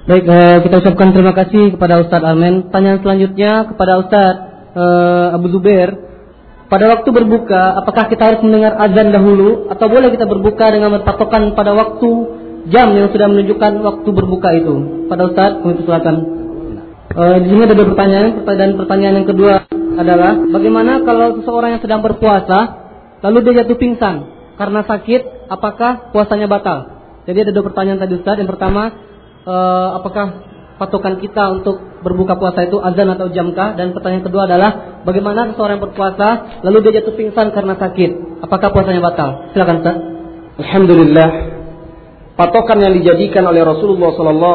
Baik, kita ucapkan terima kasih kepada Ustadz Armen. Pertanyaan selanjutnya kepada Ustadz Abu Zubair. Pada waktu berbuka, apakah kita harus mendengar azan dahulu atau boleh kita berbuka dengan berpatokan pada waktu jam yang sudah menunjukkan waktu berbuka itu? Pada Ustadz, kami persilakan. Di sini ada dua pertanyaan. Dan pertanyaan yang kedua adalah, bagaimana kalau seseorang yang sedang berpuasa lalu dia jatuh pingsan karena sakit, apakah puasanya batal? Jadi ada dua pertanyaan tadi Ustadz. Yang pertama, apakah patokan kita untuk berbuka puasa itu azan atau jamkah? Dan pertanyaan kedua adalah, bagaimana seseorang yang berpuasa lalu dia jatuh pingsan karena sakit, apakah puasanya batal? Silakan Ustaz. Alhamdulillah, patokan yang dijadikan oleh Rasulullah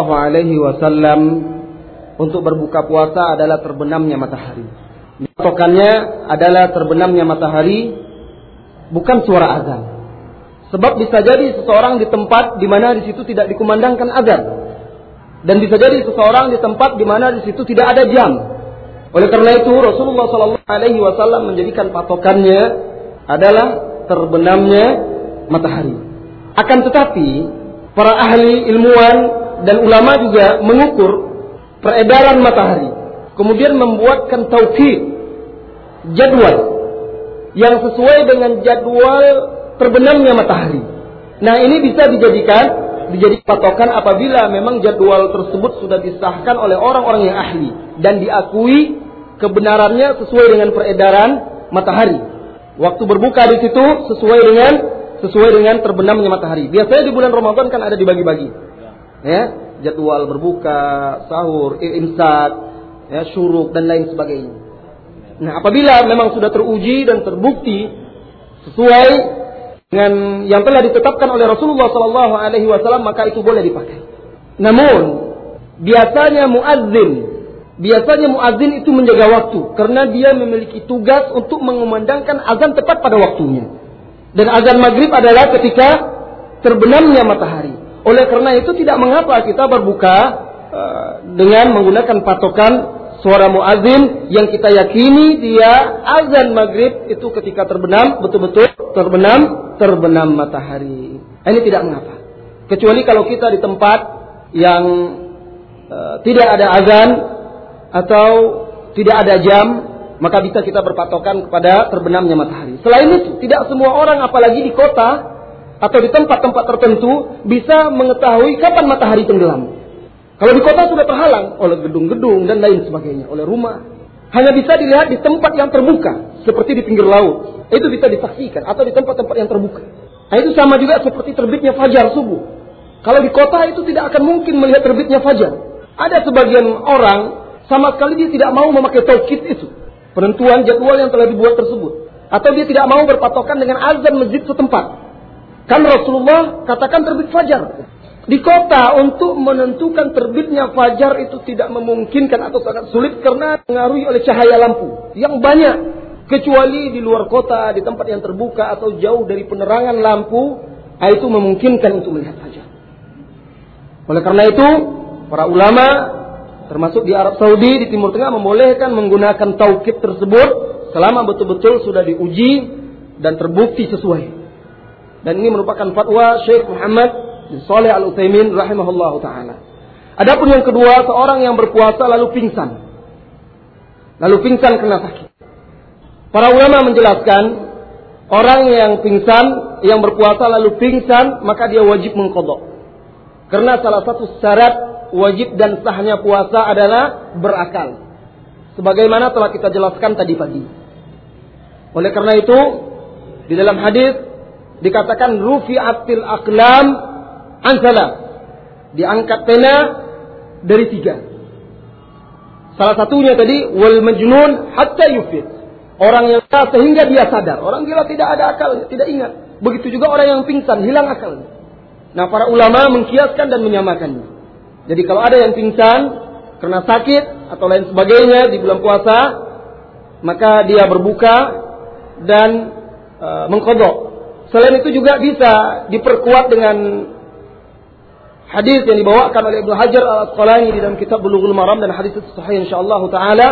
SAW untuk berbuka puasa adalah terbenamnya matahari. Patokannya adalah terbenamnya matahari, bukan suara azan. Sebab bisa jadi seseorang di tempat di mana di situ tidak dikumandangkan azan, dan bisa jadi seseorang di tempat di mana di situ tidak ada jam. Oleh karena itu Rasulullah SAW menjadikan patokannya adalah terbenamnya matahari. Akan tetapi para ahli ilmuwan dan ulama juga mengukur peredaran matahari, kemudian membuatkan tauqit, jadwal yang sesuai dengan jadwal terbenamnya matahari. Nah, ini bisa dijadikan patokan apabila memang jadwal tersebut sudah disahkan oleh orang-orang yang ahli dan diakui kebenarannya sesuai dengan peredaran matahari. Waktu berbuka di situ sesuai dengan terbenamnya matahari. Biasanya di bulan Ramadan kan ada dibagi-bagi. Ya, jadwal berbuka, sahur, imsak, ya, syuruk dan lain sebagainya. Nah, apabila memang sudah teruji dan terbukti sesuai dengan yang telah ditetapkan oleh Rasulullah SAW, maka itu boleh dipakai. Namun biasanya muadzin itu menjaga waktu, karena dia memiliki tugas untuk mengumandangkan azan tepat pada waktunya. Dan azan maghrib adalah ketika terbenamnya matahari. Oleh karena itu tidak mengapa kita berbuka dengan menggunakan patokan suara muadzin yang kita yakini dia azan maghrib itu ketika terbenam, betul-betul terbenam matahari. Ini tidak mengapa. Kecuali kalau kita di tempat yang tidak ada azan atau tidak ada jam, maka bisa kita berpatokan kepada terbenamnya matahari. Selain itu, tidak semua orang, apalagi di kota atau di tempat-tempat tertentu, bisa mengetahui kapan matahari tenggelam. Kalau di kota sudah terhalang oleh gedung-gedung dan lain sebagainya, oleh rumah. Hanya bisa dilihat di tempat yang terbuka, seperti di pinggir laut. Itu bisa disaksikan, atau di tempat-tempat yang terbuka. Nah, itu sama juga seperti terbitnya fajar subuh. Kalau di kota itu tidak akan mungkin melihat terbitnya fajar. Ada sebagian orang sama sekali dia tidak mau memakai tauqit itu, penentuan jadwal yang telah dibuat tersebut, atau dia tidak mau berpatokan dengan azan masjid setempat. Kan Rasulullah katakan terbit fajar. Di kota untuk menentukan terbitnya fajar itu tidak memungkinkan atau sangat sulit karena dipengaruhi oleh cahaya lampu yang banyak. Kecuali di luar kota, di tempat yang terbuka atau jauh dari penerangan lampu, itu memungkinkan untuk melihat fajar. Oleh karena itu, para ulama termasuk di Arab Saudi, di Timur Tengah, membolehkan menggunakan tauqit tersebut selama betul-betul sudah diuji dan terbukti sesuai. Dan ini merupakan fatwa Syekh Muhammad Shalih Al-Utsaimin rahimahullahu taala. Adapun yang kedua, seorang yang berpuasa lalu pingsan karena sakit. Para ulama menjelaskan, orang yang pingsan, yang berpuasa lalu pingsan, maka dia wajib mengqadha. Karena salah satu syarat wajib dan sahnya puasa adalah berakal, sebagaimana telah kita jelaskan tadi pagi. Oleh karena itu, di dalam hadis dikatakan rufi'atil aqlam an salat, diangkat pena dari 3. Salah satunya tadi wal majnun hatta yufid, orang yang gila sehingga dia sadar. Orang gila tidak ada akal, tidak ingat. Begitu juga orang yang pingsan, hilang akalnya. Nah, para ulama mengkiaskan dan menyamakannya. Jadi kalau ada yang pingsan karena sakit atau lain sebagainya di bulan puasa, maka dia berbuka dan mengqadha. Selain itu juga bisa diperkuat dengan hadis yang dibawakan oleh Ibnu Hajar Al-Asqalani di dalam kitab Bulughul Maram, dan hadis itu sahih insyaallah taala,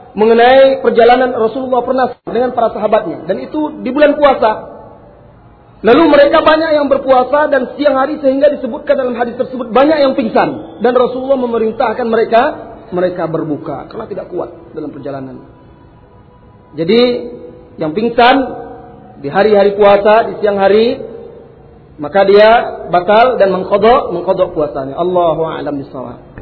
mengenai perjalanan Rasulullah pernah dengan para sahabatnya, dan itu di bulan puasa. Lalu mereka banyak yang berpuasa dan siang hari sehingga disebutkan dalam hadis tersebut banyak yang pingsan. Dan Rasulullah memerintahkan mereka berbuka karena tidak kuat dalam perjalanan. Jadi yang pingsan di hari-hari puasa, di siang hari, maka dia batal dan mengqadha puasanya. Allahu a'lam bishawab.